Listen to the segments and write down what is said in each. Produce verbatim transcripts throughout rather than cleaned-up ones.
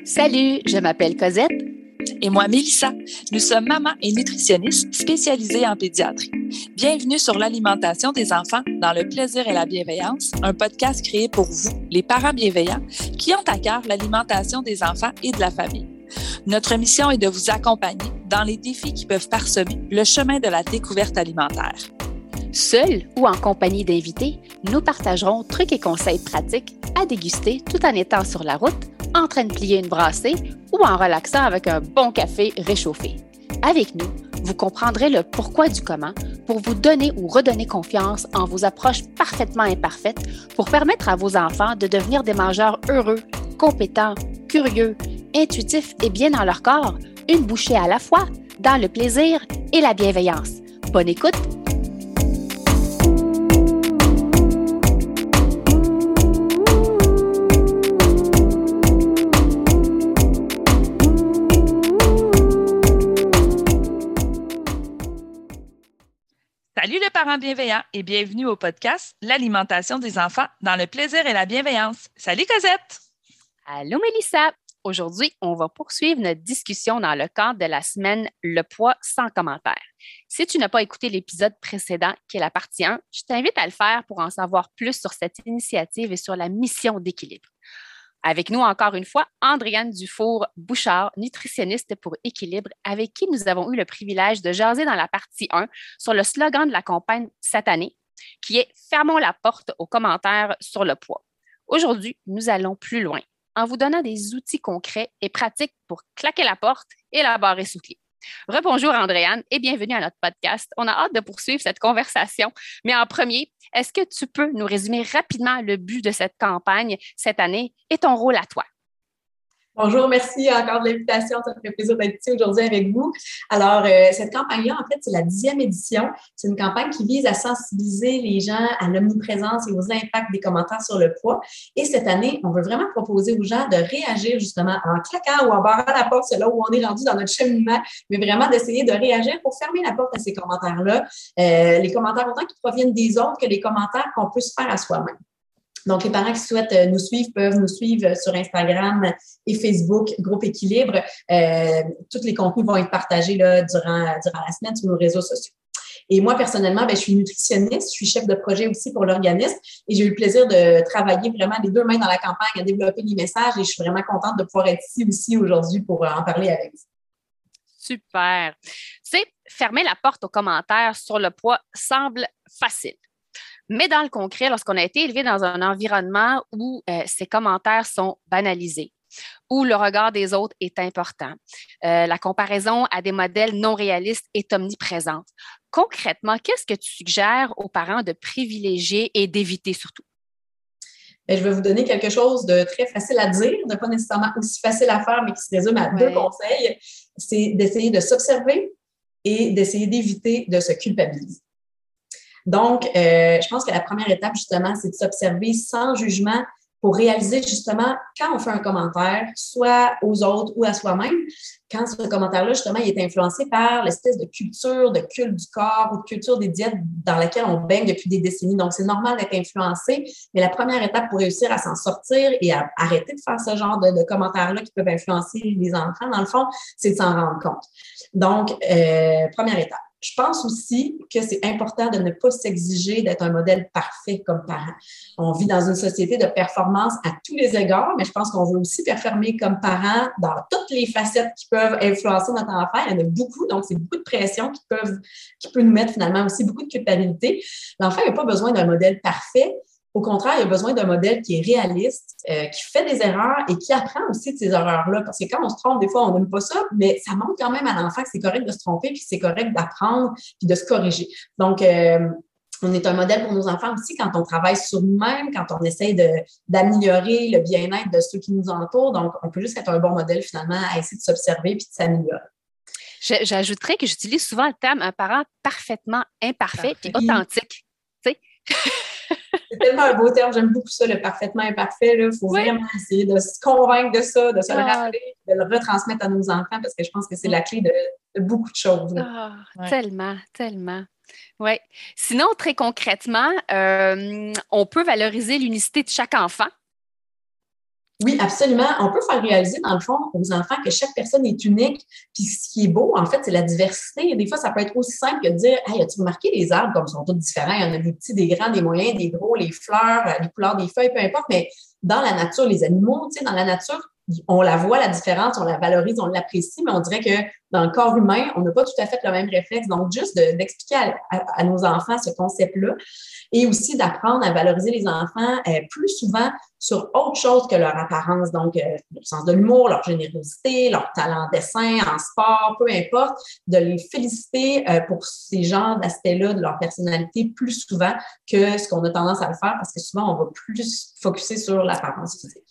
Salut, je m'appelle Cosette. Et moi, Mélissa. Nous sommes mamans et nutritionnistes spécialisées en pédiatrie. Bienvenue sur l'alimentation des enfants dans le plaisir et la bienveillance, un podcast créé pour vous, les parents bienveillants, qui ont à cœur l'alimentation des enfants et de la famille. Notre mission est de vous accompagner dans les défis qui peuvent parsemer le chemin de la découverte alimentaire. Seul ou en compagnie d'invités, nous partagerons trucs et conseils pratiques à déguster tout en étant sur la route, en train de plier une brassée ou en relaxant avec un bon café réchauffé. Avec nous, vous comprendrez le pourquoi du comment pour vous donner ou redonner confiance en vos approches parfaitement imparfaites pour permettre à vos enfants de devenir des mangeurs heureux, compétents, curieux, intuitifs et bien dans leur corps, une bouchée à la fois, dans le plaisir et la bienveillance. Bonne écoute! Salut les parents bienveillants et bienvenue au podcast L'alimentation des enfants dans le plaisir et la bienveillance. Salut Cosette! Allô Mélissa! Aujourd'hui, on va poursuivre notre discussion dans le cadre de la semaine Le poids sans commentaire. Si tu n'as pas écouté l'épisode précédent, qui est la partie un, je t'invite à le faire pour en savoir plus sur cette initiative et sur la mission d'équilibre. Avec nous, encore une fois, Andréane Dufour-Bouchard, nutritionniste pour Équilibre, avec qui nous avons eu le privilège de jaser dans la partie un sur le slogan de la campagne cette année, qui est « Fermons la porte aux commentaires sur le poids ». Aujourd'hui, nous allons plus loin en vous donnant des outils concrets et pratiques pour claquer la porte et la barrer sous clé. Rebonjour Andréane et bienvenue à notre podcast. On a hâte de poursuivre cette conversation. Mais en premier, est-ce que tu peux nous résumer rapidement le but de cette campagne cette année et ton rôle à toi? Bonjour, merci encore de l'invitation. Ça me fait plaisir d'être ici aujourd'hui avec vous. Alors, euh, cette campagne-là, en fait, c'est la dixième édition. C'est une campagne qui vise à sensibiliser les gens à l'omniprésence et aux impacts des commentaires sur le poids. Et cette année, on veut vraiment proposer aux gens de réagir justement en claquant ou en barrant la porte, c'est là où on est rendu dans notre cheminement, mais vraiment d'essayer de réagir pour fermer la porte à ces commentaires-là. Euh, les commentaires autant qui proviennent des autres que les commentaires qu'on peut se faire à soi-même. Donc, les parents qui souhaitent nous suivre peuvent nous suivre sur Instagram et Facebook, Groupe Équilibre. Euh, tous les contenus vont être partagés là, durant, durant la semaine sur nos réseaux sociaux. Et moi, personnellement, ben, je suis nutritionniste, je suis chef de projet aussi pour l'organisme et j'ai eu le plaisir de travailler vraiment les deux mains dans la campagne à développer les messages et je suis vraiment contente de pouvoir être ici aussi aujourd'hui pour en parler avec vous. Super! Tu sais, fermer la porte aux commentaires sur le poids semble facile. Mais dans le concret, lorsqu'on a été élevé dans un environnement où euh, ces commentaires sont banalisés, où le regard des autres est important, euh, la comparaison à des modèles non réalistes est omniprésente. Concrètement, qu'est-ce que tu suggères aux parents de privilégier et d'éviter surtout? Bien, je vais vous donner quelque chose de très facile à dire, de pas nécessairement aussi facile à faire, mais qui se résume à ouais. deux conseils. C'est d'essayer de s'observer et d'essayer d'éviter de se culpabiliser. Donc, euh, je pense que la première étape, justement, c'est de s'observer sans jugement pour réaliser, justement, quand on fait un commentaire, soit aux autres ou à soi-même, quand ce commentaire-là, justement, il est influencé par l'espèce de culture, de culte du corps ou de culture des diètes dans laquelle on baigne depuis des décennies. Donc, c'est normal d'être influencé, mais la première étape pour réussir à s'en sortir et à arrêter de faire ce genre de, de commentaires-là qui peuvent influencer les enfants, dans le fond, c'est de s'en rendre compte. Donc, euh, première étape. Je pense aussi que c'est important de ne pas s'exiger d'être un modèle parfait comme parent. On vit dans une société de performance à tous les égards, mais je pense qu'on veut aussi performer comme parent dans toutes les facettes qui peuvent influencer notre enfant. Il y en a beaucoup, donc c'est beaucoup de pression qui peuvent, qui peut nous mettre finalement aussi beaucoup de culpabilité. L'enfant n'a pas besoin d'un modèle parfait. Au contraire, il a besoin d'un modèle qui est réaliste, euh, qui fait des erreurs et qui apprend aussi de ces erreurs-là. Parce que quand on se trompe, des fois, on n'aime pas ça, mais ça montre quand même à l'enfant que c'est correct de se tromper puis que c'est correct d'apprendre puis de se corriger. Donc, euh, on est un modèle pour nos enfants aussi quand on travaille sur nous-mêmes, quand on essaie de, d'améliorer le bien-être de ceux qui nous entourent. Donc, on peut juste être un bon modèle finalement à essayer de s'observer puis de s'améliorer. J'ajouterais que j'utilise souvent le terme un parent parfaitement imparfait et authentique. Tu sais? C'est tellement un beau terme, j'aime beaucoup ça, le parfaitement imparfait. Il faut oui. vraiment essayer de se convaincre de ça, de se ah. le rappeler, de le retransmettre à nos enfants parce que je pense que c'est la clé de, de beaucoup de choses. Ah, ouais. Tellement, tellement. Oui. Sinon, très concrètement, euh, on peut valoriser l'unicité de chaque enfant. Oui, absolument. On peut faire réaliser, dans le fond, aux enfants que chaque personne est unique. Puis ce qui est beau, en fait, c'est la diversité. Des fois, ça peut être aussi simple que de dire « Hey, as-tu remarqué les arbres comme ils sont tous différents? Il y en a des petits, des grands, des moyens, des gros, les fleurs, les couleurs des feuilles, peu importe. » Mais dans la nature, les animaux, tu sais, dans la nature, on la voit, la différence, on la valorise, on l'apprécie, mais on dirait que dans le corps humain, on n'a pas tout à fait le même réflexe. Donc, juste de, d'expliquer à, à, à nos enfants ce concept-là et aussi d'apprendre à valoriser les enfants euh, plus souvent sur autre chose que leur apparence. Donc, euh, leur sens de l'humour, leur générosité, leur talent en dessin, en sport, peu importe, de les féliciter euh, pour ces genres d'aspects-là de leur personnalité plus souvent que ce qu'on a tendance à le faire parce que souvent, on va plus focusser sur l'apparence physique.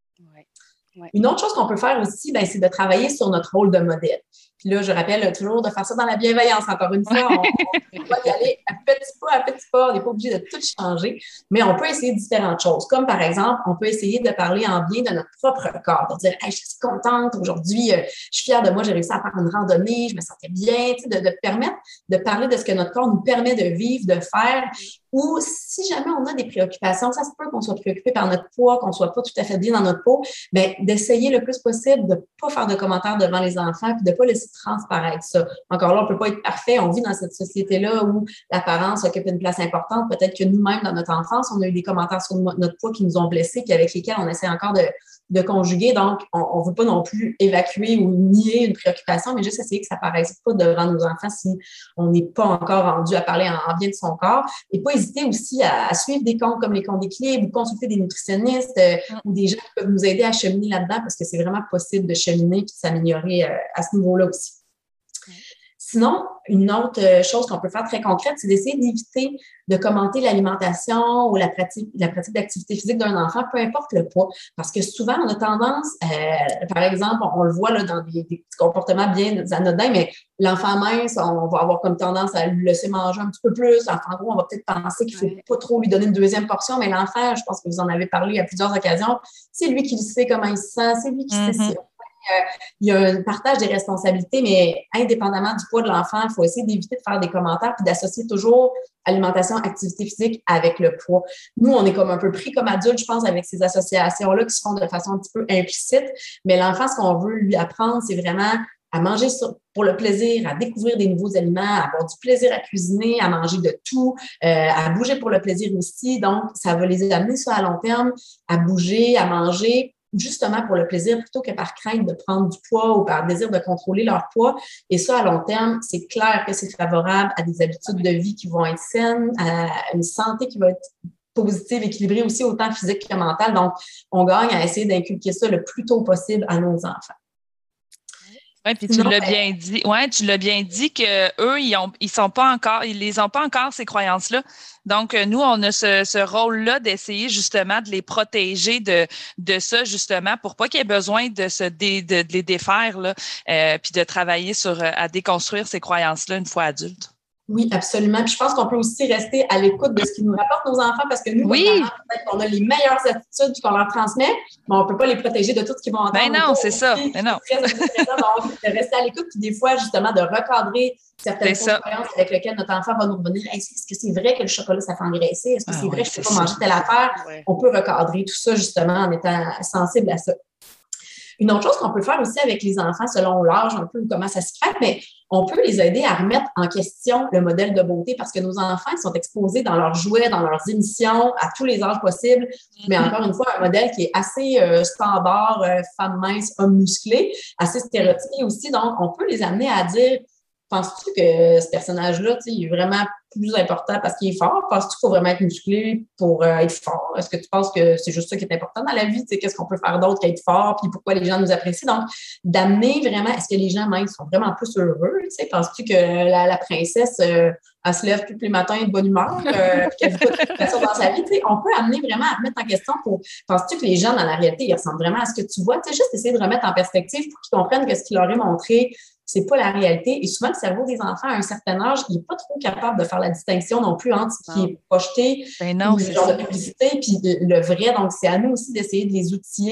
Ouais. Une autre chose qu'on peut faire aussi, ben, c'est de travailler sur notre rôle de modèle. Puis là, je rappelle toujours de faire ça dans la bienveillance. Encore une fois, on, on va y aller à petit pas, à petit pas. On n'est pas obligé de tout changer, mais on peut essayer différentes choses. Comme par exemple, on peut essayer de parler en bien de notre propre corps, de dire hey, « je suis contente, aujourd'hui, euh, je suis fière de moi, j'ai réussi à faire une randonnée, je me sentais bien. » Tu sais, de, de permettre de parler de ce que notre corps nous permet de vivre, de faire. Ou si jamais on a des préoccupations, ça se peut qu'on soit préoccupé par notre poids, qu'on ne soit pas tout à fait bien dans notre peau, bien, d'essayer le plus possible de ne pas faire de commentaires devant les enfants puis de ne pas laisser transparaître ça. Encore là, on ne peut pas être parfait. On vit dans cette société-là où l'apparence occupe une place importante. Peut-être que nous-mêmes, dans notre enfance, on a eu des commentaires sur notre poids qui nous ont blessés puis avec lesquels on essaie encore de, de conjuguer. Donc, on ne veut pas non plus évacuer ou nier une préoccupation, mais juste essayer que ça ne paraisse pas devant nos enfants si on n'est pas encore rendu à parler en, en bien de son corps. Et pas hésiter aussi à, à suivre des comptes comme les comptes d'équilibre ou consulter des nutritionnistes euh, mm. ou des gens qui peuvent nous aider à cheminer là-dedans parce que c'est vraiment possible de cheminer et de s'améliorer euh, à ce niveau-là aussi. Mm. Sinon, une autre chose qu'on peut faire très concrète, c'est d'essayer d'éviter de commenter l'alimentation ou la pratique, la pratique d'activité physique d'un enfant, peu importe le poids. Parce que souvent, on a tendance, euh, par exemple, on, on le voit là, dans des, des petits comportements bien anodins, mais l'enfant mince, on va avoir comme tendance à lui laisser manger un petit peu plus. L'enfant gros, on va peut-être penser qu'il ne faut pas trop lui donner une deuxième portion, mais l'enfant, je pense que vous en avez parlé à plusieurs occasions, c'est lui qui sait comment il se sent, c'est lui qui mm-hmm. sait si Euh, il y a un partage des responsabilités, mais indépendamment du poids de l'enfant, il faut essayer d'éviter de faire des commentaires puis d'associer toujours alimentation, activité physique avec le poids. Nous, on est comme un peu pris comme adultes, je pense, avec ces associations-là qui se font de façon un petit peu implicite, mais l'enfant, ce qu'on veut lui apprendre, c'est vraiment à manger pour le plaisir, à découvrir des nouveaux aliments, à avoir du plaisir à cuisiner, à manger de tout, euh, à bouger pour le plaisir aussi. Donc, ça va les amener ça à long terme, à bouger, à manger, justement pour le plaisir plutôt que par crainte de prendre du poids ou par désir de contrôler leur poids. Et ça, à long terme, c'est clair que c'est favorable à des habitudes de vie qui vont être saines, à une santé qui va être positive, équilibrée aussi, autant physique que mentale. Donc, on gagne à essayer d'inculquer ça le plus tôt possible à nos enfants. Oui, puis tu l'as bien dit. Ouais, tu l'as bien dit que eux, ils ont, ils sont pas encore, ils les ont pas encore ces croyances-là. Donc nous, on a ce, ce rôle-là d'essayer justement de les protéger de de ça justement pour pas qu'il y ait besoin de se dé, de, de les défaire là, euh, puis de travailler sur à déconstruire ces croyances-là une fois adultes. Oui, absolument. Puis je pense qu'on peut aussi rester à l'écoute de ce qu'ils nous rapportent nos enfants parce que nous, oui. parents, peut-être qu'on a les meilleures attitudes qu'on leur transmet, mais on ne peut pas les protéger de tout ce qu'ils vont entendre. Ben non, c'est ça. Ben non. C'est très intéressant donc, de rester à l'écoute puis des fois, justement, de recadrer certaines croyances avec lesquelles notre enfant va nous revenir. Hey, est-ce que c'est vrai que le chocolat, ça fait engraisser? Est-ce que ah, c'est ouais, vrai que je ne peux pas manger telle affaire? Ouais. On peut recadrer tout ça, justement, en étant sensible à ça. Une autre chose qu'on peut faire aussi avec les enfants, selon l'âge, un peu comment ça se fait, mais on peut les aider à remettre en question le modèle de beauté parce que nos enfants sont exposés dans leurs jouets, dans leurs émissions, à tous les âges possibles. Mais encore une fois, un modèle qui est assez euh, standard, euh, femme mince, homme musclé, assez stéréotypé aussi. Donc, on peut les amener à dire, penses-tu que ce personnage-là, tu sais, il est vraiment plus important parce qu'il est fort? Penses-tu qu'il faut vraiment être musclé pour euh, être fort? Est-ce que tu penses que c'est juste ça qui est important dans la vie? Tu sais, qu'est-ce qu'on peut faire d'autre qu'être fort? Puis pourquoi les gens nous apprécient? Donc, d'amener vraiment, est-ce que les gens même sont vraiment plus heureux? Tu sais, penses-tu que la, la princesse, euh, elle se lève tous les matins de bonne humeur, euh, puis qu'elle vit pas de situation dans sa vie? Tu sais, on peut amener vraiment à remettre en question pour, penses-tu que les gens dans la réalité, ils ressemblent vraiment à ce que tu vois? Tu sais, juste essayer de remettre en perspective pour qu'ils comprennent que ce qu'il leur est montré, c'est pas la réalité. Et souvent, le cerveau des enfants, à un certain âge, il n'est pas trop capable de faire la distinction non plus entre ce qui est projeté, ben non, le genre de publicité, puis le vrai. Donc, c'est à nous aussi d'essayer de les outiller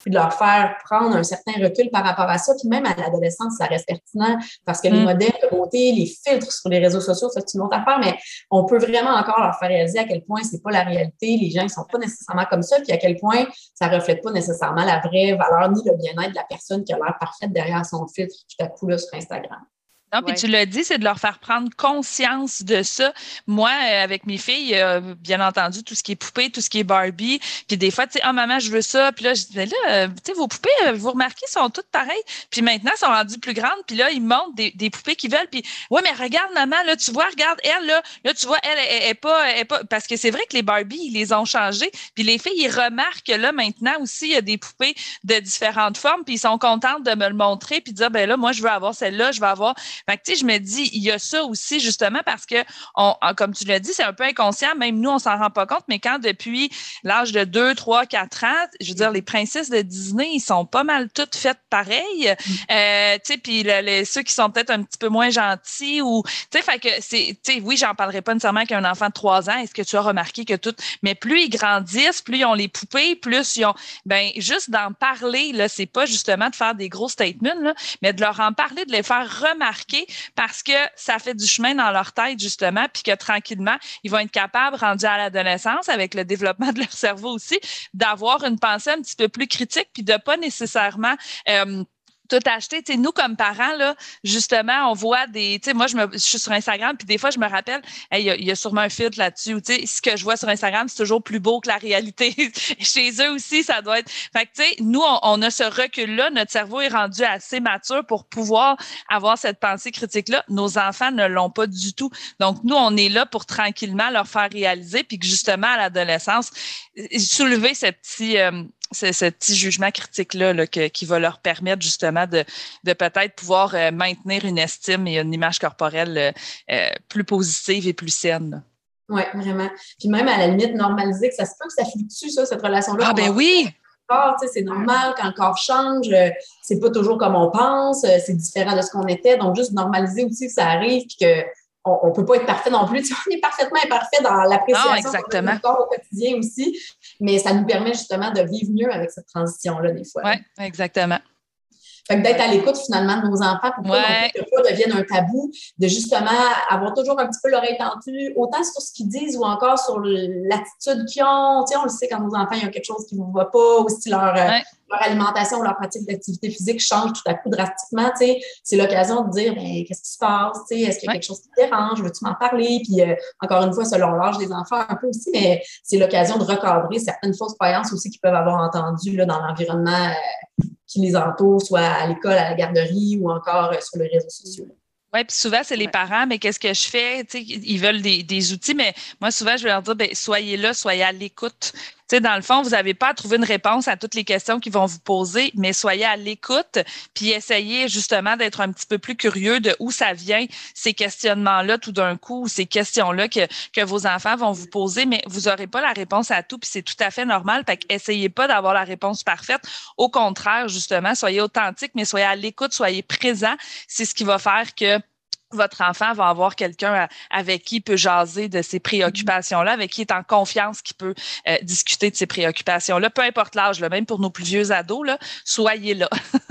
puis de leur faire prendre un certain recul par rapport à ça. Puis même à l'adolescence, ça reste pertinent parce que mm. les modèles de beauté, les filtres sur les réseaux sociaux, ça, c'est une autre affaire, mais on peut vraiment encore leur faire réaliser à quel point c'est pas la réalité, les gens ne sont pas nécessairement comme ça, puis à quel point ça reflète pas nécessairement la vraie valeur ni le bien-être de la personne qui a l'air parfaite derrière son filtre tout à coup là sur Instagram. Non, puis ouais. tu l'as dit, c'est de leur faire prendre conscience de ça. Moi, euh, avec mes filles, euh, bien entendu, tout ce qui est poupée, tout ce qui est Barbie, puis des fois, tu sais, ah, maman, je veux ça. Puis là, je dis, là, euh, tu sais, vos poupées, euh, vous remarquez, sont toutes pareilles. Puis maintenant, elles sont rendues plus grandes. Puis là, ils montrent des, des poupées qu'ils veulent. Puis, ouais, mais regarde, maman, là, tu vois, regarde, elle, là, là, tu vois, elle, elle, elle est pas, elle est pas. Parce que c'est vrai que les Barbie, ils les ont changées. Puis les filles, ils remarquent que là, maintenant aussi, il y a des poupées de différentes formes. Puis ils sont contentes de me le montrer. Puis de dire, ben là, moi, je veux avoir celle-là, je veux avoir. Fait que, tu sais, je me dis, il y a ça aussi, justement, parce que, on, comme tu l'as dit, c'est un peu inconscient, même nous, on s'en rend pas compte, mais quand depuis l'âge de deux, trois, quatre ans, je veux dire, les princesses de Disney, ils sont pas mal toutes faites pareilles. Euh, tu sais, puis le, le, ceux qui sont peut-être un petit peu moins gentils ou, tu sais, fait que c'est, tu sais, oui, j'en parlerai pas nécessairement qu'un enfant de trois ans. Est-ce que tu as remarqué que tout, mais plus ils grandissent, plus ils ont les poupées, plus ils ont, ben, juste d'en parler, là, c'est pas justement de faire des gros statements, là, mais de leur en parler, de les faire remarquer parce que ça fait du chemin dans leur tête, justement, puis que tranquillement, ils vont être capables, rendus à l'adolescence, avec le développement de leur cerveau aussi, d'avoir une pensée un petit peu plus critique, puis de pas nécessairement euh, tout acheter. Tu sais, nous, comme parents, là, justement, on voit des... Tu sais, moi, je, me, je suis sur Instagram, puis des fois, je me rappelle, il hey, y, y a sûrement un filtre là-dessus. Tu sais, ce que je vois sur Instagram, c'est toujours plus beau que la réalité. Chez eux aussi, ça doit être... Fait que, tu sais, nous, on, on a ce recul-là. Notre cerveau est rendu assez mature pour pouvoir avoir cette pensée critique-là. Nos enfants ne l'ont pas du tout. Donc, nous, on est là pour tranquillement leur faire réaliser, puis que, justement, à l'adolescence, soulever ce petit... Euh, ce, ce petit jugement critique-là là, que, qui va leur permettre justement de, de peut-être pouvoir euh, maintenir une estime et une image corporelle euh, plus positive et plus saine. Oui, vraiment. Puis même à la limite, normaliser que ça se peut que ça fluctue, ça, cette relation-là. Ah ben oui! Corps, c'est normal, quand le corps change, c'est pas toujours comme on pense, c'est différent de ce qu'on était. Donc, juste normaliser aussi que ça arrive puis que on ne peut pas être parfait non plus. Tu sais, on est parfaitement imparfait dans l'appréciation de notre corps au quotidien aussi, mais ça nous permet justement de vivre mieux avec cette transition-là des fois. Oui, exactement. Fait que d'être à l'écoute finalement de nos enfants pour ouais. que ça devienne un tabou, de justement avoir toujours un petit peu l'oreille tendue, autant sur ce qu'ils disent ou encore sur l'attitude qu'ils ont. Tu sais, on le sait quand nos enfants, il y a quelque chose qui ne vous va pas, ou si leur, ouais. leur alimentation ou leur pratique d'activité physique change tout à coup drastiquement. Tu sais, c'est l'occasion de dire, ben, qu'est-ce qui se passe? Tu sais, est-ce qu'il y a ouais. quelque chose qui te dérange? Veux-tu m'en parler? Puis euh, encore une fois, selon l'âge des enfants un peu aussi, mais c'est l'occasion de recadrer certaines fausses croyances aussi qu'ils peuvent avoir entendues là, dans l'environnement euh, qui les entourent, soit à l'école, à la garderie ou encore euh, sur les réseaux sociaux. Oui, puis souvent, c'est les ouais. parents, mais qu'est-ce que je fais? Tu sais, ils veulent des, des outils, mais moi, souvent, je vais leur dire, ben, soyez là, soyez à l'écoute. Tu sais, dans le fond, vous n'avez pas à trouver une réponse à toutes les questions qu'ils vont vous poser, mais soyez à l'écoute, puis essayez justement d'être un petit peu plus curieux de où ça vient, ces questionnements-là tout d'un coup, ou ces questions-là que, que vos enfants vont vous poser, mais vous n'aurez pas la réponse à tout, puis c'est tout à fait normal. Fait qu'essayez pas d'avoir la réponse parfaite. Au contraire, justement, soyez authentique, mais soyez à l'écoute, soyez présent. C'est ce qui va faire que votre enfant va avoir quelqu'un avec qui il peut jaser de ses préoccupations-là, avec qui il est en confiance, qui peut euh, discuter de ses préoccupations-là, peu importe l'âge, là, même pour nos plus vieux ados, là, soyez là.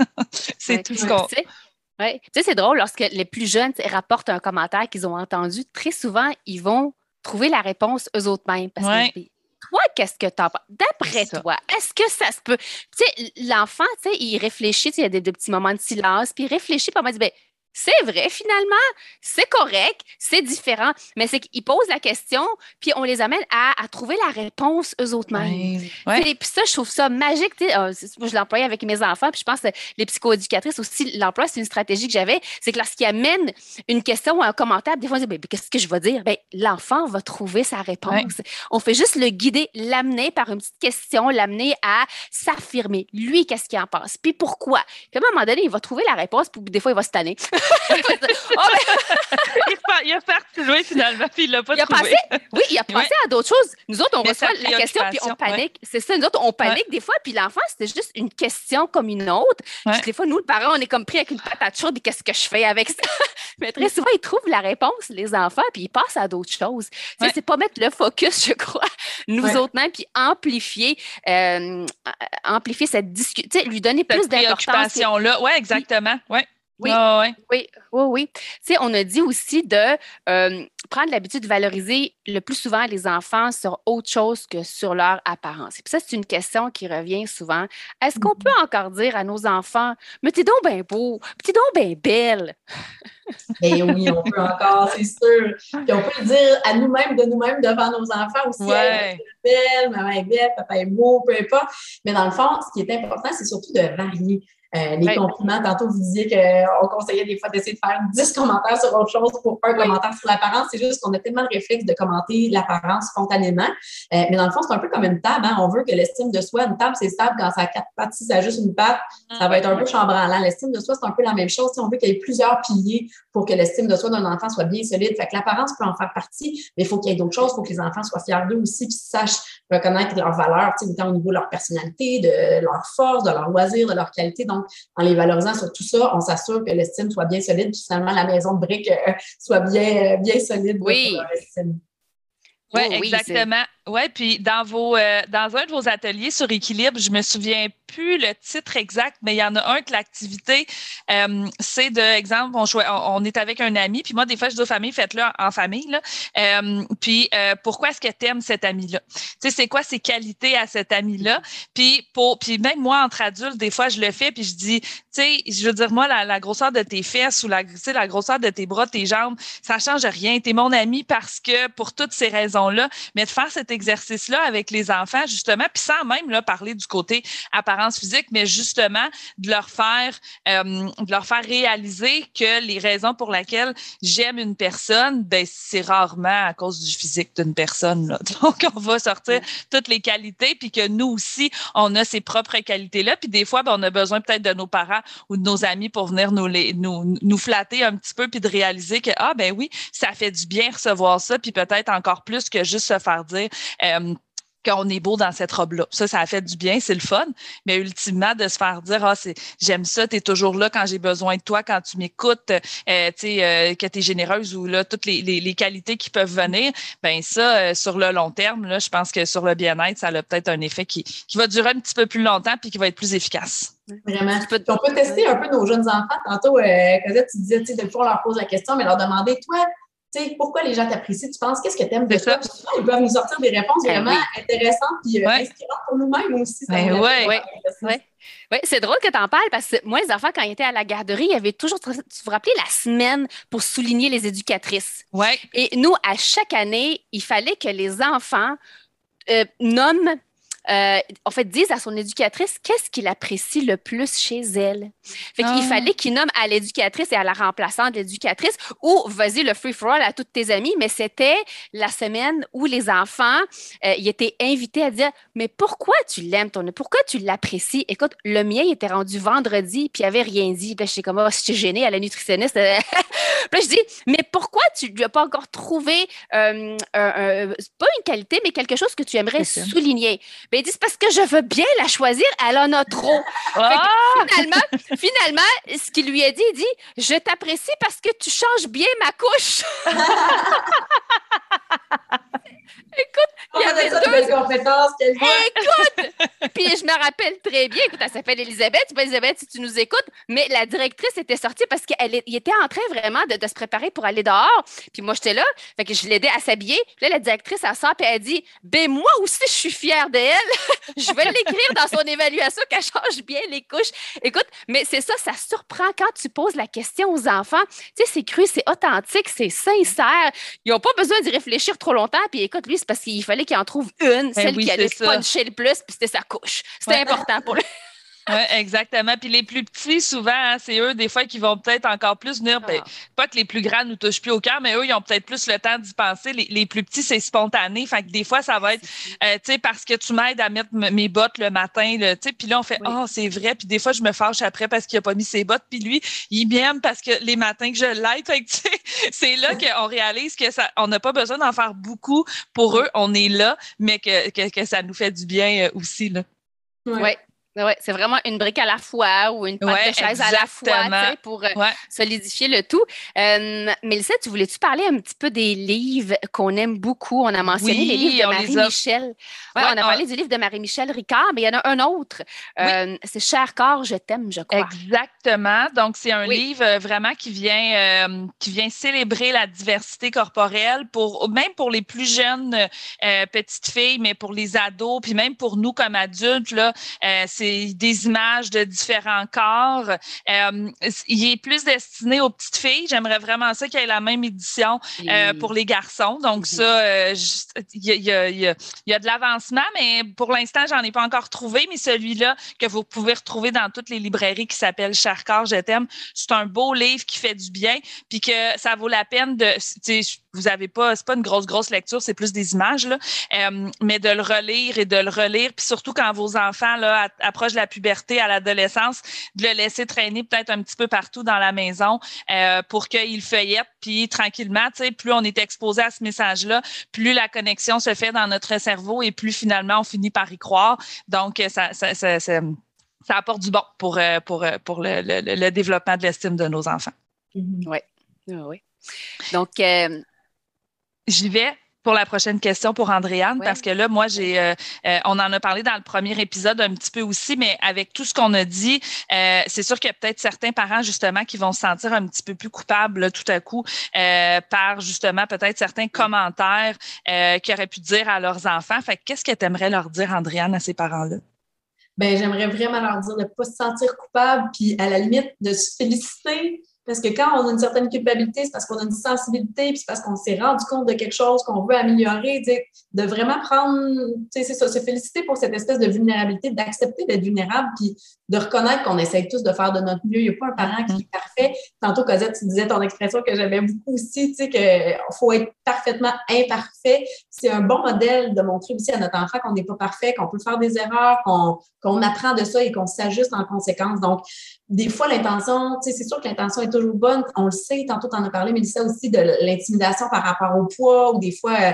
C'est ouais, tout ce qu'on... Oui, tu sais, c'est drôle, lorsque les plus jeunes rapportent un commentaire qu'ils ont entendu, très souvent, ils vont trouver la réponse eux-mêmes. Parce ouais. que toi, qu'est-ce que tu en penses? D'après toi, est-ce que ça se peut? Tu sais, l'enfant, tu sais, il réfléchit, il y a des, des petits moments de silence, puis il réfléchit, puis on va dire, bien, c'est vrai, finalement, c'est correct, c'est différent, mais c'est qu'ils posent la question, puis on les amène à, à trouver la réponse eux-mêmes. Ouais. Ouais. Puis ça, je trouve ça magique. Euh, moi, je l'employais avec mes enfants, puis je pense que les psychoéducatrices aussi, l'emploi, c'est une stratégie que j'avais, c'est que lorsqu'ils amènent une question ou un commentaire, des fois, on dit, qu'est-ce que je vais dire? Bien, l'enfant va trouver sa réponse. Ouais. On fait juste le guider, l'amener par une petite question, l'amener à s'affirmer. Lui, qu'est-ce qu'il en pense? Puis pourquoi? Puis à un moment donné, il va trouver la réponse, puis des fois, il va se tanner. oh, mais... il a parti loin finalement, puis il l'a pas il trouvé. A pensé, oui, il a pensé ouais. à d'autres choses. Nous autres, on mais reçoit la question, puis on panique. Ouais. C'est ça, nous autres, on panique ouais. des fois, puis l'enfant, c'était juste une question comme une autre. Ouais. Puis des fois, nous, le parent, on est comme pris avec une patate chaude, et qu'est-ce que je fais avec ça? Mais très souvent, ils trouvent la réponse, les enfants, puis ils passent à d'autres choses. Ouais. C'est pas mettre le focus, je crois, nous ouais. autres mêmes, puis amplifier, euh, amplifier cette discussion, lui donner cette plus d'importance. Préoccupation-là, oui, exactement, oui. Oui, oh, ouais. oui, oui, oui. Tu sais, on a dit aussi de euh, prendre l'habitude de valoriser le plus souvent les enfants sur autre chose que sur leur apparence. Et puis ça, c'est une question qui revient souvent. Est-ce qu'on peut encore dire à nos enfants « Mais t'es donc bien beau, t'es donc bien belle ». Eh oui, on peut encore, c'est sûr. Puis on peut le dire à nous-mêmes, de nous-mêmes, devant nos enfants aussi. Ouais. Elle est belle, maman est belle, papa est beau, peu importe. Mais dans le fond, ce qui est important, c'est surtout de varier. Euh, les ouais. compliments, tantôt vous disiez qu'on conseillait des fois d'essayer de faire dix commentaires sur autre chose pour un oui. commentaire sur l'apparence. C'est juste qu'on a tellement le réflexe de commenter l'apparence spontanément. Euh, mais dans le fond, c'est un peu comme une table. Hein? On veut que l'estime de soi, une table, c'est stable quand ça a quatre pattes. Si ça a juste une patte, ça va être un peu chambranlant. L'estime de soi, c'est un peu la même chose. Si on veut qu'il y ait plusieurs piliers pour que l'estime de soi d'un enfant soit bien solide. Fait que l'apparence peut en faire partie, mais il faut qu'il y ait d'autres choses. Il faut que les enfants soient fiers d'eux aussi, puis sachent reconnaître leurs valeurs, autant au niveau de leur personnalité, de leur force, de leur loisir, de leur qualité. Donc, en les valorisant sur tout ça, on s'assure que l'estime soit bien solide, puis finalement, la maison de briques euh, soit bien, euh, bien solide oui. pour leur estime. Oui, oh, exactement. Oui, puis dans vos euh, dans un de vos ateliers sur équilibre, je me souviens plus le titre exact, mais il y en a un que l'activité, euh, c'est de, exemple, on, on est avec un ami, puis moi, des fois, je dis aux familles, faites-le en famille, là. Euh, puis, euh, pourquoi est-ce que tu aimes cet ami-là? Tu sais, c'est quoi ses qualités à cet ami-là? Puis, pour, puis même moi, entre adultes, des fois, je le fais, puis je dis, tu sais, je veux dire, moi, la, la grosseur de tes fesses ou la, tu sais, la grosseur de tes bras, tes jambes, ça change rien. T'es mon ami parce que, pour toutes ces raisons-là, mais de faire cet exercice-là avec les enfants, justement, puis sans même là, parler du côté apparence physique, mais justement de leur faire euh, de leur faire réaliser que les raisons pour lesquelles j'aime une personne, ben c'est rarement à cause du physique d'une personne, là. Donc, on va sortir toutes les qualités, puis que nous aussi, on a ces propres qualités-là, puis des fois, ben, on a besoin peut-être de nos parents ou de nos amis pour venir nous, les, nous, nous flatter un petit peu, puis de réaliser que, ah ben oui, ça fait du bien recevoir ça, puis peut-être encore plus que juste se faire dire euh, qu'on est beau dans cette robe-là. Ça, ça a fait du bien, c'est le fun, mais ultimement, de se faire dire « Ah, c'est, j'aime ça, t'es toujours là quand j'ai besoin de toi, quand tu m'écoutes, euh, tu sais, euh, que t'es généreuse ou là, toutes les, les, les qualités qui peuvent venir, ben ça, euh, sur le long terme, là, je pense que sur le bien-être, ça a peut-être un effet qui, qui va durer un petit peu plus longtemps puis qui va être plus efficace. » Vraiment. Puis on peut tester un peu nos jeunes enfants. Tantôt, euh, Cosette, tu disais, tu sais, des fois, on leur pose la question, mais leur demander, toi, pourquoi les gens t'apprécient, tu penses, qu'est-ce que tu aimes de toi? Puis souvent, ils peuvent nous sortir des réponses ben vraiment oui. intéressantes et euh, ouais. inspirantes pour nous-mêmes aussi. Ben oui, oui. Ouais. Oui, c'est drôle que tu en parles parce que moi, les enfants, quand ils étaient à la garderie, il y avait toujours, tu vous rappelez, la semaine pour souligner les éducatrices. Oui. Et nous, à chaque année, il fallait que les enfants euh, nomment Euh, en fait, disent à son éducatrice qu'est-ce qu'il apprécie le plus chez elle. Fait qu'il oh. fallait qu'il nomme à l'éducatrice et à la remplaçante de l'éducatrice ou vas-y le free-for-all à toutes tes amies, mais c'était la semaine où les enfants euh, ils étaient invités à dire mais pourquoi tu l'aimes ton pourquoi tu l'apprécies? Écoute, le mien il était rendu vendredi puis il avait rien dit. Puis là, j'étais comme oh, j'étais gênée à la nutritionniste. Puis là, je dis mais pourquoi tu lui as pas encore trouvé euh, un, un, pas une qualité mais quelque chose que tu aimerais souligner? Ben, ils disent parce que je veux bien la choisir, elle en a trop. Ah! Finalement, finalement, ce qu'il lui a dit, il dit je t'apprécie parce que tu changes bien ma couche. Écoute, il y avait deux compétences qu'elle voit. Écoute, puis je me rappelle très bien. Écoute, elle s'appelle Elisabeth. Tu sais, Elisabeth, si tu nous écoutes, mais la directrice était sortie parce qu'elle était en train vraiment de, de se préparer pour aller dehors. Puis moi, j'étais là, fait que je l'aidais à s'habiller. Puis là, la directrice, elle sort et elle dit ben moi aussi, je suis fière d'elle. Je vais l'écrire dans son évaluation qu'elle change bien les couches. Écoute, mais c'est ça, ça surprend quand tu poses la question aux enfants. Tu sais, c'est cru, c'est authentique, c'est sincère. Ils n'ont pas besoin d'y réfléchir trop longtemps. Puis écoute, lui, c'est parce qu'il fallait qu'il en trouve une, ben celle oui, qui allait puncher le plus, puis c'était sa couche. C'était ouais. important pour lui. Oui, exactement. Puis les plus petits, souvent, hein, c'est eux, des fois, qui vont peut-être encore plus venir. Ben, Ah. pas que les plus grands nous touchent plus au cœur, mais eux, ils ont peut-être plus le temps d'y penser. Les, les plus petits, c'est spontané. Fait que des fois, ça va être, euh, tu sais, parce que tu m'aides à mettre m- mes bottes le matin, tu sais. Puis là, on fait, Oui. oh, c'est vrai. Puis des fois, je me fâche après parce qu'il a pas mis ses bottes. Puis lui, il m'aime parce que les matins que je l'aide. Fait que, tu sais, c'est là qu'on réalise que ça, on n'a pas besoin d'en faire beaucoup pour eux. On est là, mais que, que, que ça nous fait du bien euh, aussi, là. Oui. Oui. Ouais, c'est vraiment une brique à la fois ou une patte Ouais, de chaise à la fois, tu exactement. sais, pour euh, Ouais. solidifier le tout. Euh, Mélissa, tu voulais-tu parler un petit peu des livres qu'on aime beaucoup? On a mentionné Oui, les livres de on les a. Marie-Michel. Ouais, Ouais, on a on- parlé du livre de Marie-Michel Ricard, mais il y en a un autre. Oui. Euh, c'est Cher corps, je t'aime, je crois. Exactement. Donc, c'est un Oui. livre euh, vraiment qui vient, euh, qui vient célébrer la diversité corporelle pour, même pour les plus jeunes euh, petites filles, mais pour les ados, puis même pour nous comme adultes, là, euh, c'est des images de différents corps. Euh, il est plus destiné aux petites filles. J'aimerais vraiment ça qu'il y ait la même édition euh, Et- pour les garçons. Donc, Mhm. ça, euh, je- il y a, il y a, il y a, il y a de l'avancement, mais pour l'instant, j'en ai pas encore trouvé. Mais celui-là que vous pouvez retrouver dans toutes les librairies qui s'appelle Cher corps, je t'aime, c'est un beau livre qui fait du bien, puis que ça vaut la peine de, tu sais, vous avez pas, c'est pas une grosse grosse lecture, c'est plus des images là, euh, mais de le relire et de le relire, puis surtout quand vos enfants là approchent de la puberté, à l'adolescence, de le laisser traîner peut-être un petit peu partout dans la maison euh, pour qu'il feuillette, puis tranquillement, tu sais, plus on est exposé à ce message-là, plus la connexion se fait dans notre cerveau et plus finalement on finit par y croire. Donc ça, ça, ça, ça ça apporte du bon pour, euh, pour, euh, pour le, le, le développement de l'estime de nos enfants. Mhm. Oui. Oui. Donc, euh, J'y vais pour la prochaine question pour Andréane, ouais. parce que là, moi, j'ai, euh, euh, on en a parlé dans le premier épisode un petit peu aussi, mais avec tout ce qu'on a dit, euh, c'est sûr qu'il y a peut-être certains parents, justement, qui vont se sentir un petit peu plus coupables, là, tout à coup, euh, par, justement, peut-être certains commentaires euh, qu'ils auraient pu dire à leurs enfants. Fait que qu'est-ce que tu aimerais leur dire, Andréane, à ces parents-là? Ben, j'aimerais vraiment leur dire de ne pas se sentir coupable, puis à la limite de se féliciter. Parce que quand on a une certaine culpabilité, c'est parce qu'on a une sensibilité, puis c'est parce qu'on s'est rendu compte de quelque chose qu'on veut améliorer. De vraiment prendre, tu sais, c'est ça, se féliciter pour cette espèce de vulnérabilité, d'accepter d'être vulnérable, puis de reconnaître qu'on essaye tous de faire de notre mieux. Il n'y a pas un parent qui est parfait. Tantôt, Cosette, tu disais ton expression que j'aimais beaucoup aussi, tu sais, qu'il faut être parfaitement imparfait. C'est un bon modèle de montrer aussi à notre enfant qu'on n'est pas parfait, qu'on peut faire des erreurs, qu'on qu'on apprend de ça et qu'on s'ajuste en conséquence. Donc, des fois, l'intention, tu sais, c'est sûr que l'intention est toujours bonne. On le sait, tantôt, tu en as parlé, Mélissa, aussi de l'intimidation par rapport au poids ou des fois, euh,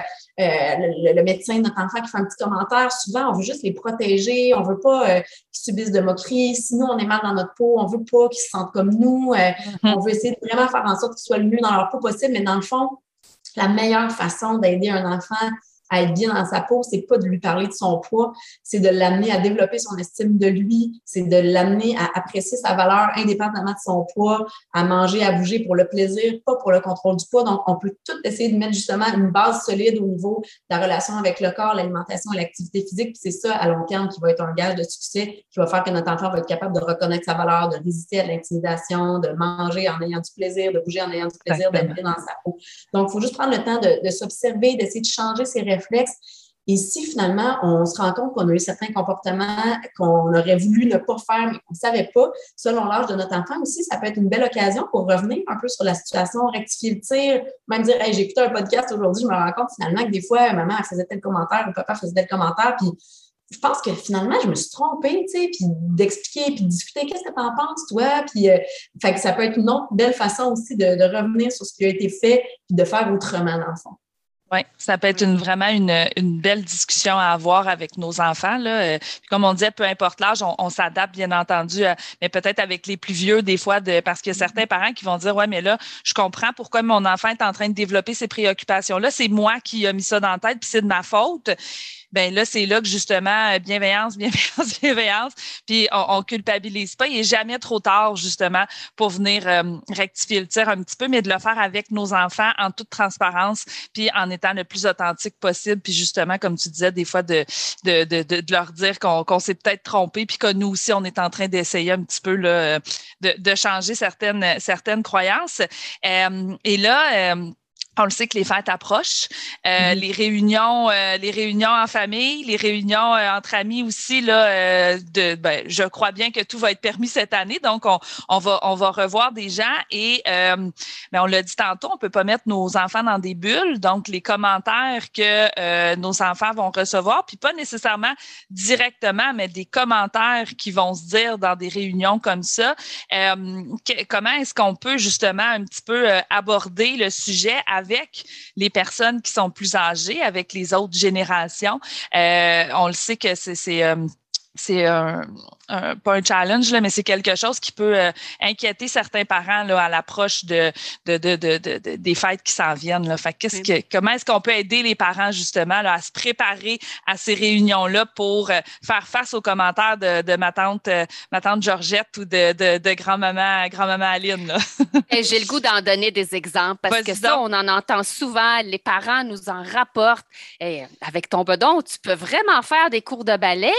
le, le médecin de notre enfant qui fait un petit commentaire. Souvent, on veut juste les protéger. On veut pas euh, qu'ils subissent de moqueries. Si nous, on est mal dans notre peau, on veut pas qu'ils se sentent comme nous. Euh, mm-hmm. On veut essayer de vraiment faire en sorte qu'ils soient le mieux dans leur peau possible. Mais dans le fond, la meilleure façon d'aider un enfant à être bien dans sa peau, c'est pas de lui parler de son poids, c'est de l'amener à développer son estime de lui, c'est de l'amener à apprécier sa valeur indépendamment de son poids, à manger, à bouger pour le plaisir, pas pour le contrôle du poids. Donc, on peut tout essayer de mettre justement une base solide au niveau de la relation avec le corps, l'alimentation et l'activité physique. Puis c'est ça, à long terme, qui va être un gage de succès, qui va faire que notre enfant va être capable de reconnaître sa valeur, de résister à l'intimidation, de manger en ayant du plaisir, de bouger en ayant du plaisir, d'être bien dans sa peau. Donc, il faut juste prendre le temps de, de s'observer, d'essayer de changer ses réflexes. Et si finalement, on se rend compte qu'on a eu certains comportements qu'on aurait voulu ne pas faire, mais qu'on ne savait pas, selon l'âge de notre enfant aussi, ça peut être une belle occasion pour revenir un peu sur la situation, rectifier le tir, même dire hey, « j'ai écouté un podcast aujourd'hui, je me rends compte finalement que des fois, maman, elle faisait tel commentaire ou papa faisait tel commentaire, puis je pense que finalement, je me suis trompée, tu sais, puis d'expliquer, puis de discuter, qu'est-ce que tu en penses, toi? Puis, euh, fait que ça peut être une autre belle façon aussi de, de revenir sur ce qui a été fait, puis de faire autrement, dans le fond. Oui, ça peut être une, vraiment une, une belle discussion à avoir avec nos enfants, là. Comme on disait, peu importe l'âge, on, on s'adapte, bien entendu, à, mais peut-être avec les plus vieux, des fois, de, parce qu'il y a certains parents qui vont dire, ouais, mais là, je comprends pourquoi mon enfant est en train de développer ces préoccupations-là. C'est moi qui ai mis ça dans la tête, puis c'est de ma faute. Ben là, c'est là que justement, bienveillance, bienveillance, bienveillance, puis on, on culpabilise pas. Il n'est jamais trop tard, justement, pour venir euh, rectifier le tir un petit peu, mais de le faire avec nos enfants en toute transparence, puis en étant le plus authentique possible, puis justement, comme tu disais, des fois, de, de, de, de, de leur dire qu'on, qu'on s'est peut-être trompé, puis que nous aussi, on est en train d'essayer un petit peu là, de, de changer certaines, certaines croyances. Euh, et là, euh, On le sait que les fêtes approchent, euh, mm-hmm. les réunions, euh, les réunions en famille, les réunions euh, entre amis aussi. Là, euh, de, ben, je crois bien que tout va être permis cette année, donc on, on va, on va revoir des gens et, euh, ben, on l'a dit tantôt, on peut pas mettre nos enfants dans des bulles, donc les commentaires que euh, nos enfants vont recevoir, puis pas nécessairement directement, mais des commentaires qui vont se dire dans des réunions comme ça. Euh, que, comment est-ce qu'on peut justement un petit peu euh, aborder le sujet avec avec les personnes qui sont plus âgées, avec les autres générations. Euh, on le sait que c'est, c'est, euh, c'est un, un, pas un challenge, là, mais c'est quelque chose qui peut euh, inquiéter certains parents là, à l'approche de, de, de, de, de, de, des fêtes qui s'en viennent. Là. Fait qu'est-ce que, comment est-ce qu'on peut aider les parents justement là, à se préparer à ces réunions-là pour euh, faire face aux commentaires de, de ma tante, euh, ma tante Georgette ou de, de, de grand-maman, grand-maman Aline? Là. Et j'ai le goût d'en donner des exemples parce Vas-y que ça, donc. On en entend souvent. Les parents nous en rapportent. Et avec ton bedon, tu peux vraiment faire des cours de ballet.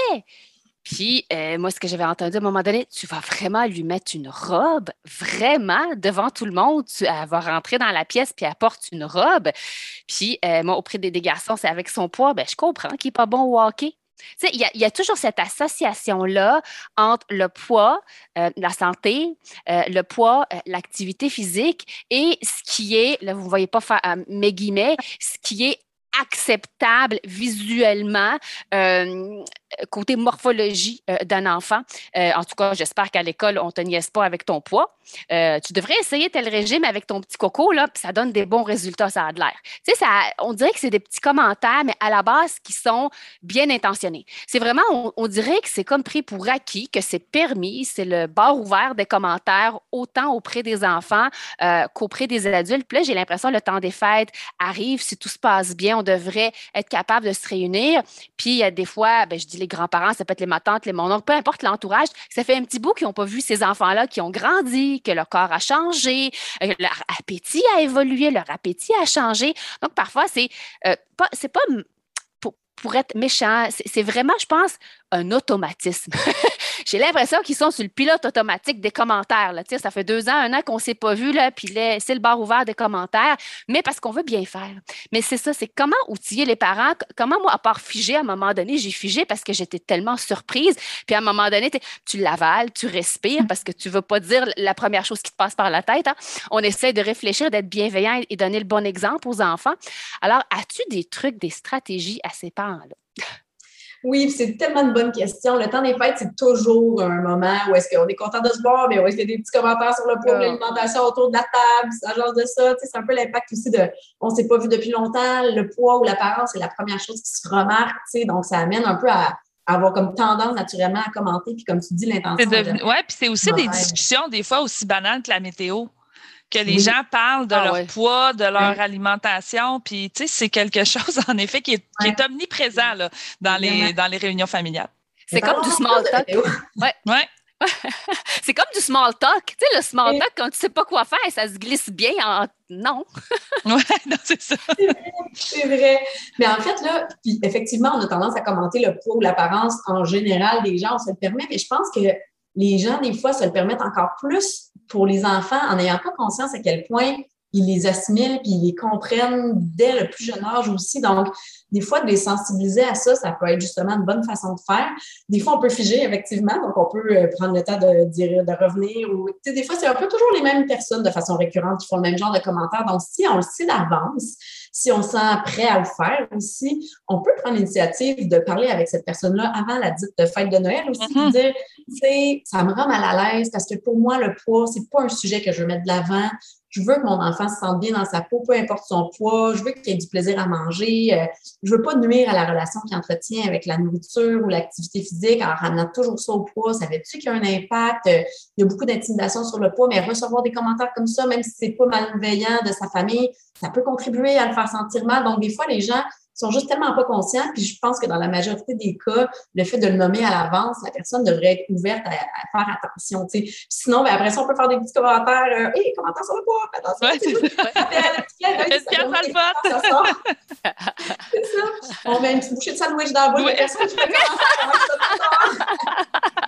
Puis, euh, moi, ce que j'avais entendu à un moment donné, tu vas vraiment lui mettre une robe, vraiment, devant tout le monde. Tu, elle va rentrer dans la pièce, puis elle porte une robe. Puis, euh, moi, auprès des, des garçons, c'est avec son poids. Bien, je comprends qu'il n'est pas bon au hockey. Tu sais, il y, y a toujours cette association-là entre le poids, euh, la santé, euh, le poids, euh, l'activité physique et ce qui est, là, vous ne voyez pas faire euh, mes guillemets, ce qui est acceptable visuellement, euh, côté morphologie euh, d'un enfant. Euh, en tout cas, j'espère qu'à l'école, on ne te niaise pas avec ton poids. Euh, tu devrais essayer tel régime avec ton petit coco, là, puis ça donne des bons résultats, ça a de l'air. Tu sais, ça, on dirait que c'est des petits commentaires, mais à la base, qui sont bien intentionnés. C'est vraiment, on, on dirait que c'est comme pris pour acquis, que c'est permis, c'est le bar ouvert des commentaires, autant auprès des enfants euh, qu'auprès des adultes. Puis là, j'ai l'impression que le temps des fêtes arrive, si tout se passe bien, on devrait être capable de se réunir. Puis, euh, des fois, ben, je dis les grands-parents, ça peut être les ma tante, les mon oncle, peu importe l'entourage, ça fait un petit bout qu'ils n'ont pas vu ces enfants-là qui ont grandi, que leur corps a changé, euh, leur appétit a évolué, leur appétit a changé. Donc, parfois, c'est euh, pas, c'est pas pour, pour être méchant, c'est, c'est vraiment, je pense, un automatisme. J'ai l'impression qu'ils sont sur le pilote automatique des commentaires. Là. Ça fait deux ans, un an qu'on ne s'est pas vu, là, puis là, c'est le bar ouvert des commentaires, mais parce qu'on veut bien faire. Mais c'est ça, c'est comment outiller les parents, comment moi, à part figer, à un moment donné, j'ai figé parce que j'étais tellement surprise, puis à un moment donné, tu l'avales, tu respires parce que tu ne veux pas dire la première chose qui te passe par la tête. Hein. On essaie de réfléchir, d'être bienveillant et donner le bon exemple aux enfants. Alors, as-tu des trucs, des stratégies à ces parents-là? Oui, c'est tellement une bonne question. Le temps des fêtes, c'est toujours un moment où est-ce qu'on est content de se voir, mais où est-ce qu'il y a des petits commentaires sur le poids, oh. l'alimentation autour de la table, ça genre de ça. Tu sais, c'est un peu l'impact aussi de on ne s'est pas vu depuis longtemps, le poids ou l'apparence, c'est la première chose qui se remarque. Tu sais, donc, ça amène un peu à, à avoir comme tendance naturellement à commenter, puis comme tu dis, l'intention. De... Oui, puis c'est aussi des discussions des fois aussi banales que la météo. Que les oui. gens parlent de ah, leur ouais. poids, de leur oui. alimentation, puis tu sais, c'est quelque chose, en effet, qui est, qui est omniprésent là, dans, les, dans les réunions familiales. C'est comme du small talk. Ouais. Ouais. C'est comme du small talk. Tu sais, le small talk, quand tu ne sais pas quoi faire, ça se glisse bien en... Non. Oui, non, c'est ça. C'est vrai, c'est vrai. Mais en fait, là, puis effectivement, on a tendance à commenter le poids ou l'apparence en général des gens, on se le permet, mais je pense que les gens, des fois, se le permettent encore plus pour les enfants en n'ayant pas conscience à quel point ils les assimilent puis ils les comprennent dès le plus jeune âge aussi. Donc, des fois, de les sensibiliser à ça, ça peut être justement une bonne façon de faire. Des fois, on peut figer, effectivement, donc on peut prendre le temps de dire, de revenir. Ou, tu sais, des fois, c'est un peu toujours les mêmes personnes de façon récurrente qui font le même genre de commentaires. Donc, si on le sait d'avance, si on se sent prêt à le faire aussi, on peut prendre l'initiative de parler avec cette personne-là avant la dite fête de Noël aussi, mm-hmm. de dire, tu sais, ça me rend mal à l'aise parce que pour moi, le poids, c'est pas un sujet que je veux mettre de l'avant. Je veux que mon enfant se sente bien dans sa peau, peu importe son poids. Je veux qu'il ait du plaisir à manger. Euh, je veux pas nuire à la relation qu'il entretient avec la nourriture ou l'activité physique en ramenant toujours ça au poids. Savais-tu qu'il y a un impact? Euh, il y a beaucoup d'intimidation sur le poids, mais recevoir des commentaires comme ça, même si c'est pas malveillant de sa famille, ça peut contribuer à le faire sentir mal. Donc, des fois, les gens sont juste tellement pas conscients. Puis je pense que dans la majorité des cas, le fait de le nommer à l'avance, la personne devrait être ouverte à, à faire attention. Tu sais. Sinon, ben après ça, on peut faire des petits commentaires. Euh, « Hey, commentaires sur le poids! Attention! » Ouais, c'est ça. C'est ça. On met une petite bouchée de sandwich dans la bouche de la personne qui fait commentaire.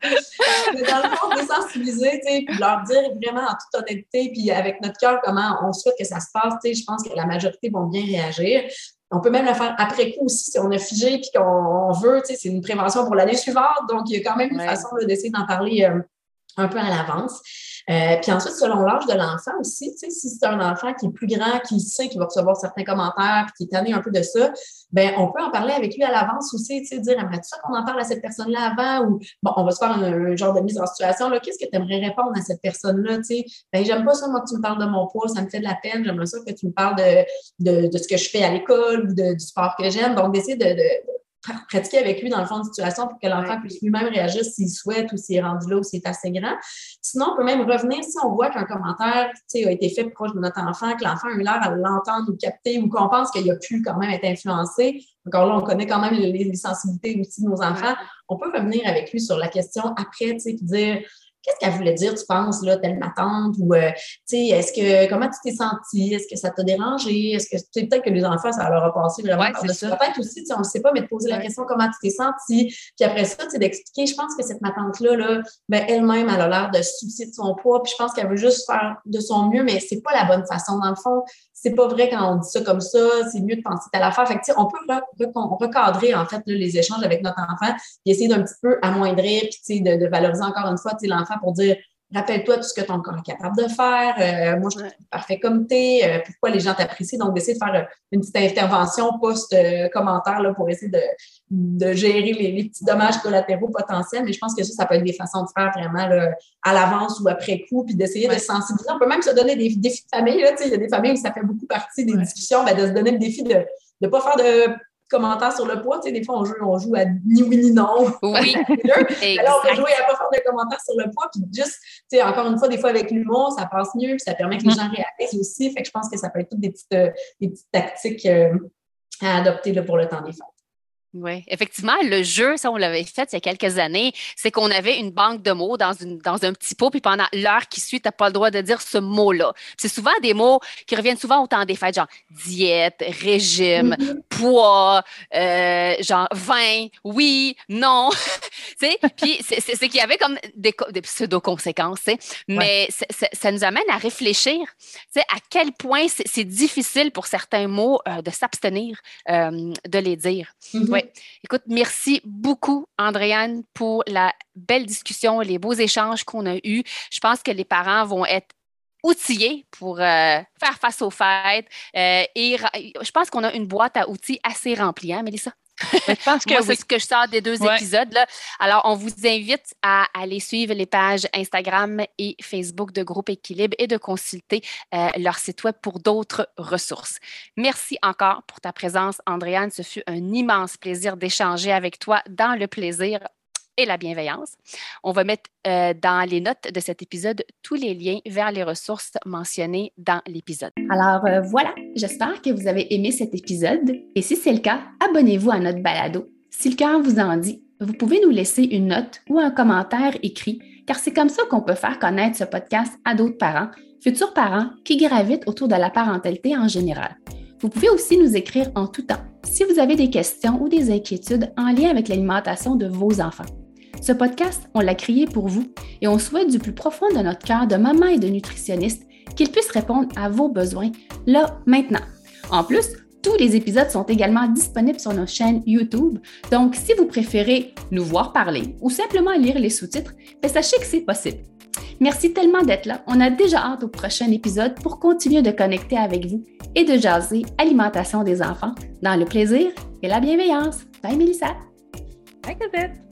Mais dans le fond, de les sensibiliser, tu sais, puis de leur dire vraiment en toute honnêteté, puis avec notre cœur, comment on souhaite que ça se passe, tu sais, je pense que la majorité vont bien réagir. On peut même le faire après coup aussi, si on a figé puis qu'on on veut, tu sais, c'est une prévention pour l'année suivante, donc il y a quand même une ouais. façon là, d'essayer d'en parler euh, un peu à l'avance. Euh, puis ensuite, selon l'âge de l'enfant aussi, tu sais, si c'est un enfant qui est plus grand, qui sait qu'il va recevoir certains commentaires, puis qui est tanné un peu de ça, ben on peut en parler avec lui à l'avance aussi, tu sais, dire, aimerais-tu ça qu'on en parle à cette personne-là avant? Ou, bon, on va se faire un, un genre de mise en situation, là, qu'est-ce que tu aimerais répondre à cette personne-là, tu sais? Ben j'aime pas ça, moi, que tu me parles de mon poids, ça me fait de la peine, j'aimerais ça que tu me parles de, de, de ce que je fais à l'école ou de, du sport que j'aime. Donc, d'essayer de, de pratiquer avec lui dans le fond de situation pour que l'enfant puisse lui-même réagir s'il souhaite ou s'il est rendu là ou s'il est assez grand. Sinon, on peut même revenir si on voit qu'un commentaire a été fait proche de notre enfant, que l'enfant a eu l'air à l'entendre ou capter ou qu'on pense qu'il a pu quand même être influencé. Encore là, on connaît quand même les, les sensibilités aussi de nos enfants. On peut revenir avec lui sur la question après, tu sais, puis dire qu'est-ce qu'elle voulait dire, tu penses, là, telle ma tante, ou, euh, tu sais, est-ce que, comment tu t'es sentie, est-ce que ça t'a dérangé, est-ce que, tu sais, peut-être que les enfants, ça leur a passé vraiment ouais, par-dessus la tête aussi, tu sais, on ne sait pas, mais de poser la ouais. question, comment tu t'es sentie, puis après ça, tu sais, d'expliquer, je pense que cette ma tante-là, là, ben, elle-même, elle a l'air de se soucier de son poids, puis je pense qu'elle veut juste faire de son mieux, mais c'est pas la bonne façon, dans le fond, c'est pas vrai quand on dit ça comme ça, c'est mieux de penser à l'affaire. Fait que, tu sais, on peut re- re- recadrer, en fait, là, les échanges avec notre enfant, puis essayer d'un petit peu amoindrir, puis, tu sais, de, de valoriser encore une fois, tu sais, l'enfant pour dire, rappelle-toi tout ce que ton corps est capable de faire. Euh, moi, je suis parfait comme t'es. Euh, pourquoi les gens t'apprécient? Donc, d'essayer de faire euh, une petite intervention post-commentaire là, pour essayer de, de gérer les, les petits dommages collatéraux potentiels. Mais je pense que ça, ça peut être des façons de faire vraiment là, à l'avance ou après coup, puis d'essayer ouais. de sensibiliser. On peut même se donner des défis de famille. Là, il y a des familles où ça fait beaucoup partie des ouais. discussions, ben, de se donner le défi de ne pas faire de commentaires sur le poids. Tu sais, des fois, on joue, on joue à ni oui ni non. Oui. Alors, on peut jouer à pas faire de commentaires sur le poids. Puis juste, tu sais, encore une fois, des fois, avec l'humour, ça passe mieux. Puis ça permet que les gens réalisent aussi. Fait que je pense que ça peut être toutes des petites, euh, des petites tactiques euh, à adopter là, pour le temps des fêtes. Oui, effectivement, le jeu, ça, on l'avait fait il y a quelques années, c'est qu'on avait une banque de mots dans, une, dans un petit pot, puis pendant l'heure qui suit, tu n'as pas le droit de dire ce mot-là. Puis c'est souvent des mots qui reviennent souvent au temps des fêtes, genre diète, régime, mm-hmm. poids, euh, genre vin, oui, non. Tu sais, puis c'est, c'est, c'est qu'il y avait comme des, des pseudo-conséquences, tu sais, mais ouais. c'est, c'est, ça nous amène à réfléchir, tu sais, à quel point c'est, c'est difficile pour certains mots euh, de s'abstenir euh, de les dire. Mm-hmm. Ouais. Écoute, merci beaucoup, Andréane, pour la belle discussion, les beaux échanges qu'on a eus. Je pense que les parents vont être outillés pour euh, faire face aux fêtes. Euh, et je pense qu'on a une boîte à outils assez remplie, hein, Mélissa? Je pense que Moi, oui. c'est ce que je sors des deux ouais. épisodes. Là. Alors, on vous invite à aller suivre les pages Instagram et Facebook de Groupe Équilibre et de consulter euh, leur site web pour d'autres ressources. Merci encore pour ta présence, Andréane. Ce fut un immense plaisir d'échanger avec toi dans le plaisir et la bienveillance. On va mettre euh, dans les notes de cet épisode tous les liens vers les ressources mentionnées dans l'épisode. Alors euh, voilà, j'espère que vous avez aimé cet épisode et si c'est le cas, abonnez-vous à notre balado. Si le cœur vous en dit, vous pouvez nous laisser une note ou un commentaire écrit car c'est comme ça qu'on peut faire connaître ce podcast à d'autres parents, futurs parents qui gravitent autour de la parentalité en général. Vous pouvez aussi nous écrire en tout temps si vous avez des questions ou des inquiétudes en lien avec l'alimentation de vos enfants. Ce podcast, on l'a créé pour vous et on souhaite du plus profond de notre cœur de maman et de nutritionniste qu'il puisse répondre à vos besoins, là, maintenant. En plus, tous les épisodes sont également disponibles sur nos chaînes YouTube, donc si vous préférez nous voir parler ou simplement lire les sous-titres, bien, sachez que c'est possible. Merci tellement d'être là. On a déjà hâte au prochain épisode pour continuer de connecter avec vous et de jaser alimentation des enfants dans le plaisir et la bienveillance. Bye, Mélissa! Bye, Cosette!